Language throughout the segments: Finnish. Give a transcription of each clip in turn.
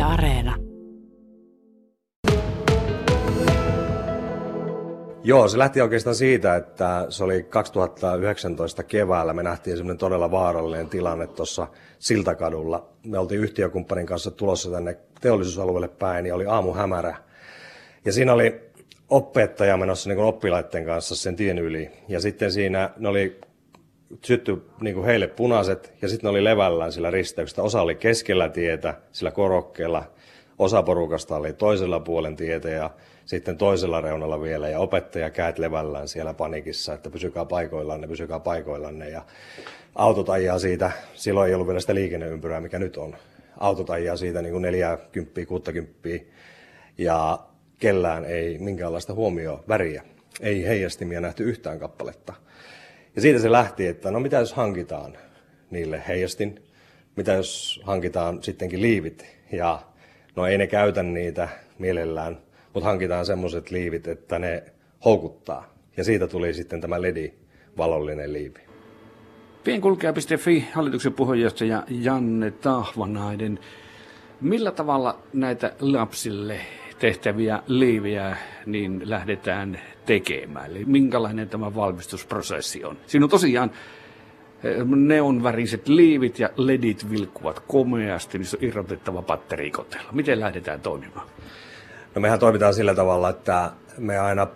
Areena. Joo, se lähti oikeastaan siitä, että se oli 2019 keväällä. Me nähtiin semmoinen todella vaarallinen tilanne tuossa Siltakadulla. Me oltiin yhtiökumppanin kanssa tulossa tänne teollisuusalueelle päin ja oli aamuhämärä. Ja siinä oli opettaja menossa niin kuin oppilaiden kanssa sen tien yli. Ja sitten siinä ne oli sytty niin kuin heille punaiset ja sitten ne oli levällään sillä risteyksellä. Osa oli keskellä tietä, sillä korokkeella. Osa porukasta oli toisella puolen tietä ja sitten toisella reunalla vielä. Ja opettaja käät levällään siellä panikissa, että pysykää paikoillanne. Ja autot ajaa siitä, silloin ei ollut vielä sitä liikenneympyrää, mikä nyt on. Autot ajaa siitä niin kuin 40-60 ja kellään ei minkäänlaista väriä. Ei heijastimia nähty yhtään kappaletta. Ja siitä se lähti, että no mitä jos hankitaan niille heijastin, mitä jos hankitaan sittenkin liivit. Ja no ei ne käytä niitä mielellään, mutta hankitaan semmoiset liivit, että ne houkuttaa. Ja siitä tuli sitten tämä LED-valollinen liivi. Pienkulkija.fi hallituksen puheenjohtaja Janne Tahvanainen. Millä tavalla näitä lapsille tehtäviä liiviä niin lähdetään tekemään? Eli minkälainen tämä valmistusprosessi on? Siinä on tosiaan neonväriset liivit ja ledit vilkkuvat komeasti, niissä on irrotettava batterikotelo. Miten lähdetään toimimaan? No mehän toimitaan sillä tavalla, että me aina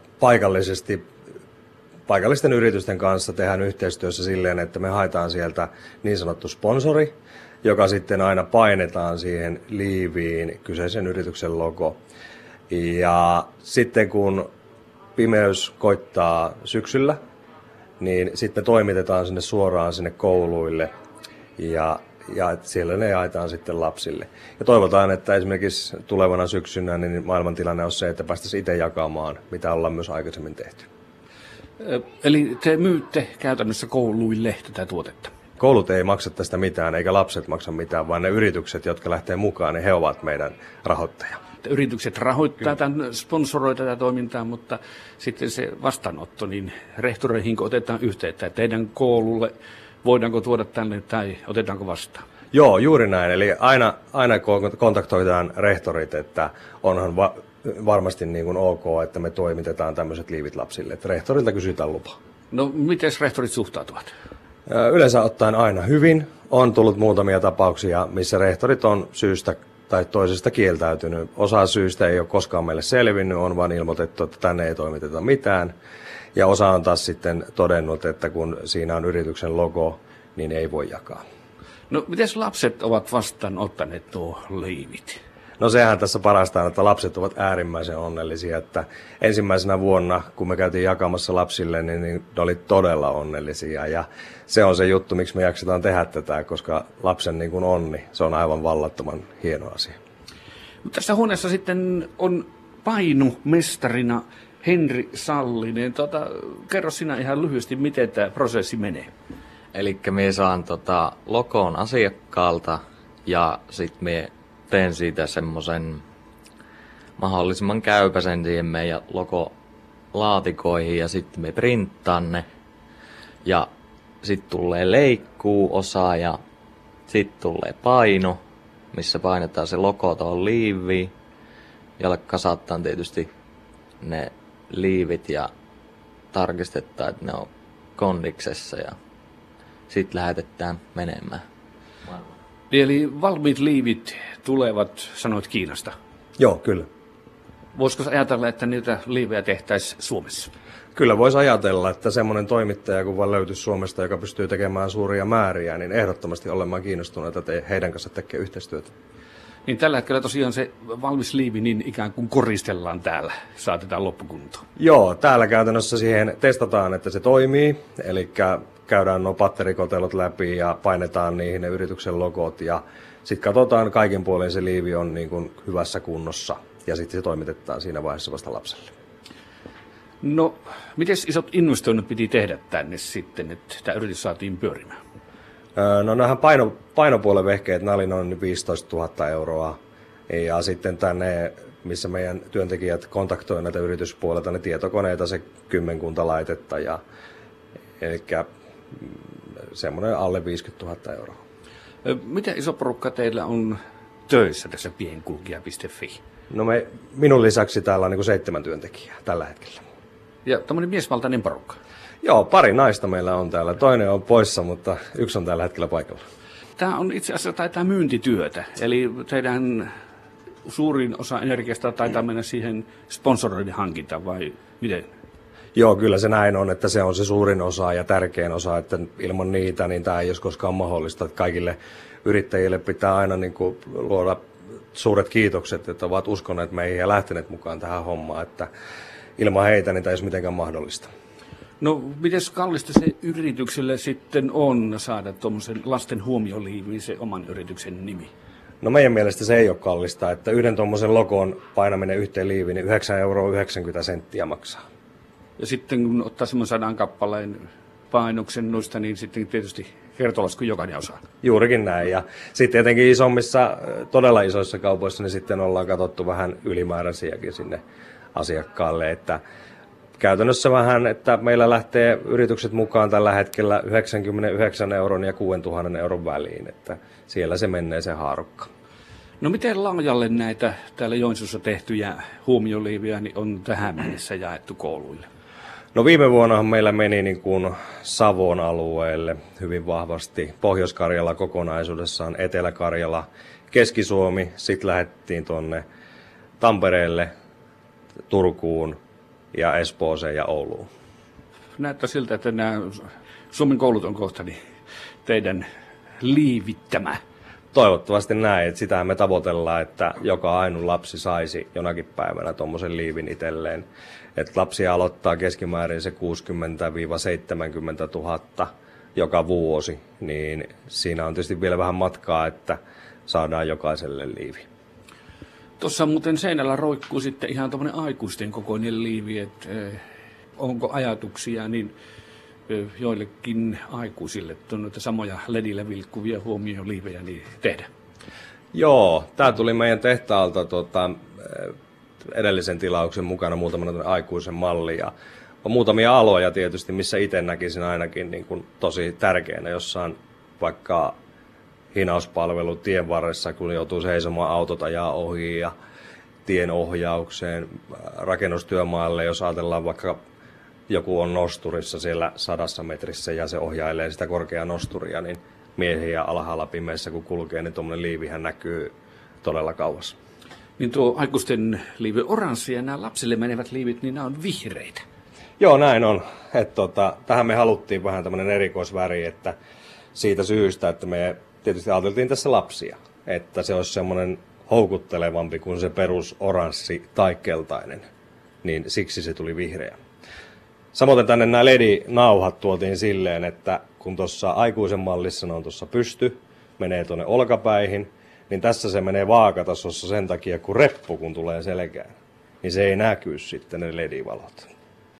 paikallisten yritysten kanssa tehdään yhteistyössä silleen, että me haetaan sieltä niin sanottu sponsori, joka sitten aina painetaan siihen liiviin kyseisen yrityksen logo. Ja sitten kun pimeys koittaa syksyllä, niin sitten toimitetaan sinne suoraan sinne kouluille ja siellä ne jaetaan sitten lapsille. Ja toivotaan, että esimerkiksi tulevana syksynä niin maailmantilanne on se, että päästäisiin itse jakamaan, mitä ollaan myös aikaisemmin tehty. Eli te myytte käytännössä kouluille tätä tuotetta? Koulut ei maksa tästä mitään, eikä lapset maksa mitään, vaan ne yritykset, jotka lähtee mukaan, niin he ovat meidän rahoittaja. Yritykset rahoittaa tämän, sponsoroi tätä toimintaa, mutta sitten se vastaanotto, niin rehtoreihin otetaan yhteyttä, että teidän koululle voidaanko tuoda tänne tai otetaanko vastaan? Joo, juuri näin. Eli aina kontaktoidaan rehtorit, että onhan varmasti niin kuin ok, että me toimitetaan tämmöiset liivit lapsille. Että rehtorilta kysytään lupa. No, miten rehtorit suhtautuvat? Yleensä ottaen aina hyvin. On tullut muutamia tapauksia, missä rehtorit on syystä tai toisesta kieltäytynyt. Osa syystä ei ole koskaan meille selvinnyt, on vaan ilmoitettu, että tänne ei toimiteta mitään. Ja osa on taas sitten todennut, että kun siinä on yrityksen logo, niin ei voi jakaa. No, miten lapset ovat vastaanottaneet nuo liivit? No sehän tässä parasta on, että lapset ovat äärimmäisen onnellisia, että ensimmäisenä vuonna, kun me käytiin jakamassa lapsille, niin ne oli todella onnellisia. Ja se on se juttu, miksi me jaksetaan tehdä tätä, koska lapsen niin kuin onni, se on aivan vallattoman hieno asia. Tässä huoneessa sitten on painumestarina Henri Sallinen. Kerro sinä ihan lyhyesti, miten tämä prosessi menee. Eli me saan logon asiakkaalta ja sitten me teen siitä semmoisen mahdollisimman käypäisen siihen meidän logolaatikoihin ja sitten me printtaan ne. Ja sitten tulee leikkuuosa ja sitten tulee paino, missä painetaan se logo tuohon liiviin. Ja kasataan tietysti ne liivit ja tarkistetaan, että ne on kondiksessa ja sitten lähetetään menemään. Eli valmiit liivit tulevat, sanoit, Kiinasta? Joo, kyllä. Voisiko ajatella, että niitä liivejä tehtäisiin Suomessa? Kyllä voisi ajatella, että semmoinen toimittaja, kun vaan löytyisi Suomesta, joka pystyy tekemään suuria määriä, niin ehdottomasti olemaan kiinnostuneita, että heidän kanssa tekee yhteistyötä. Niin tällä hetkellä tosiaan se valmis liivi niin ikään kuin koristellaan täällä, saatetaan loppukuntoon. Joo, täällä käytännössä siihen testataan, että se toimii, eli käydään nuo batterikotelot läpi ja painetaan niihin ne yrityksen logot ja sitten katsotaan kaikin puolin se liivi on niin kuin hyvässä kunnossa ja sitten se toimitetaan siinä vaiheessa vasta lapselle. No, miten isot investoinnit piti tehdä tänne sitten, että tämä yritys saatiin pyörimään? No nämähän painopuolen vehkeet, nämä oli noin 15 000 euroa ja sitten tänne, missä meidän työntekijät kontaktoivat näitä yrityspuolelta, ne tietokoneita, se 10 laitetta ja eli semmoinen alle 50 000 euroa. Miten iso porukka teillä on töissä tässä pienkulkija.fi? No minun lisäksi täällä on niin kuin 7 työntekijää tällä hetkellä. Ja tämmöinen miesvaltainen porukka. Joo, pari naista meillä on täällä. Toinen on poissa, mutta yksi on tällä hetkellä paikalla. Tämä on itse asiassa taitaa myyntityötä, eli teidän suurin osa energiasta taitaa mennä siihen sponsoroiden hankintaan, vai miten? Joo, kyllä se näin on, että se on se suurin osa ja tärkein osa, että ilman niitä niin tämä ei olisi koskaan mahdollista. Että kaikille yrittäjille pitää aina niin kuin luoda suuret kiitokset, että ovat uskoneet meihin ja lähteneet mukaan tähän hommaan, että ilman heitä niin tämä ei olisi mitenkään mahdollista. No, miten kallista se yritykselle sitten on saada tuommoisen lasten huomioliiviin se oman yrityksen nimi? No meidän mielestä se ei ole kallista, että yhden tuommoisen logon painaminen yhteen liiviin, niin 9,90 € maksaa. Ja sitten kun ottaa semmoinen 100 kappaleen painoksen noista, niin sitten tietysti kertolasku jokainen osaa. Juurikin näin. Ja sitten tietenkin isommissa, todella isoissa kaupoissa, niin sitten ollaan katsottu vähän ylimääräisiäkin sinne asiakkaalle, että käytännössä vähän, että meillä lähtee yritykset mukaan tällä hetkellä 99 € ja 6 000 € väliin, että siellä se menee se haarukka. No miten laajalle näitä täällä Joensuussa tehtyjä huomioliiviä niin on tähän mennessä jaettu kouluille? No viime vuonnahan meillä meni niin kuin Savon alueelle hyvin vahvasti, Pohjois-Karjala kokonaisuudessaan, Etelä-Karjala, Keski-Suomi, sitten lähdettiin tuonne Tampereelle, Turkuun ja Espooseen ja Ouluun. Näyttää siltä, että nämä Suomen koulut on kohta niin teidän liivittämä. Toivottavasti näin, että sitähän me tavoitellaan, että joka ainoa lapsi saisi jonakin päivänä tuommoisen liivin itselleen. Että lapsia aloittaa keskimäärin se 60 000–70 000 joka vuosi, niin siinä on tietysti vielä vähän matkaa, että saadaan jokaiselle liivi. Tuossa muuten seinällä roikkuu sitten ihan tuommoinen aikuisten kokoinen liivi, että onko ajatuksia niin joillekin aikuisille noita samoja ledillä vilkkuvia huomioliivejä niin tehdä? Joo, tämä tuli meidän tehtaalta edellisen tilauksen mukana muutamana aikuisen malli ja on muutamia aloja tietysti, missä itse näkisin ainakin niin kuin tosi tärkeänä, jossa on vaikka hinauspalvelu tien varressa, kun joutuu seisomaan, autot ajaa ohi ja tien ohjaukseen, rakennustyömaalle, jos ajatellaan vaikka joku on nosturissa siellä 100 metrissä ja se ohjailee sitä korkeaa nosturia, niin miehiä alhaalla pimeässä kun kulkee, niin tuommoinen liivihän näkyy todella kauas. Niin tuo aikuisten liivi oranssi ja nämä lapsille menevät liivit, niin nämä on vihreitä. Joo, näin on. Tähän me haluttiin vähän tämmöinen erikoisväri, että siitä syystä, että me tietysti ajateltiin tässä lapsia, että se olisi semmoinen houkuttelevampi kuin se perus oranssi tai keltainen, niin siksi se tuli vihreä. Samoin tänne nämä LED-nauhat tuotiin silleen, että kun tuossa aikuisen mallissa ne on tuossa pysty, menee tuonne olkapäihin, niin tässä se menee vaakatasossa sen takia, kun reppu kun tulee selkään, niin se ei näkyy sitten ne LED-valot.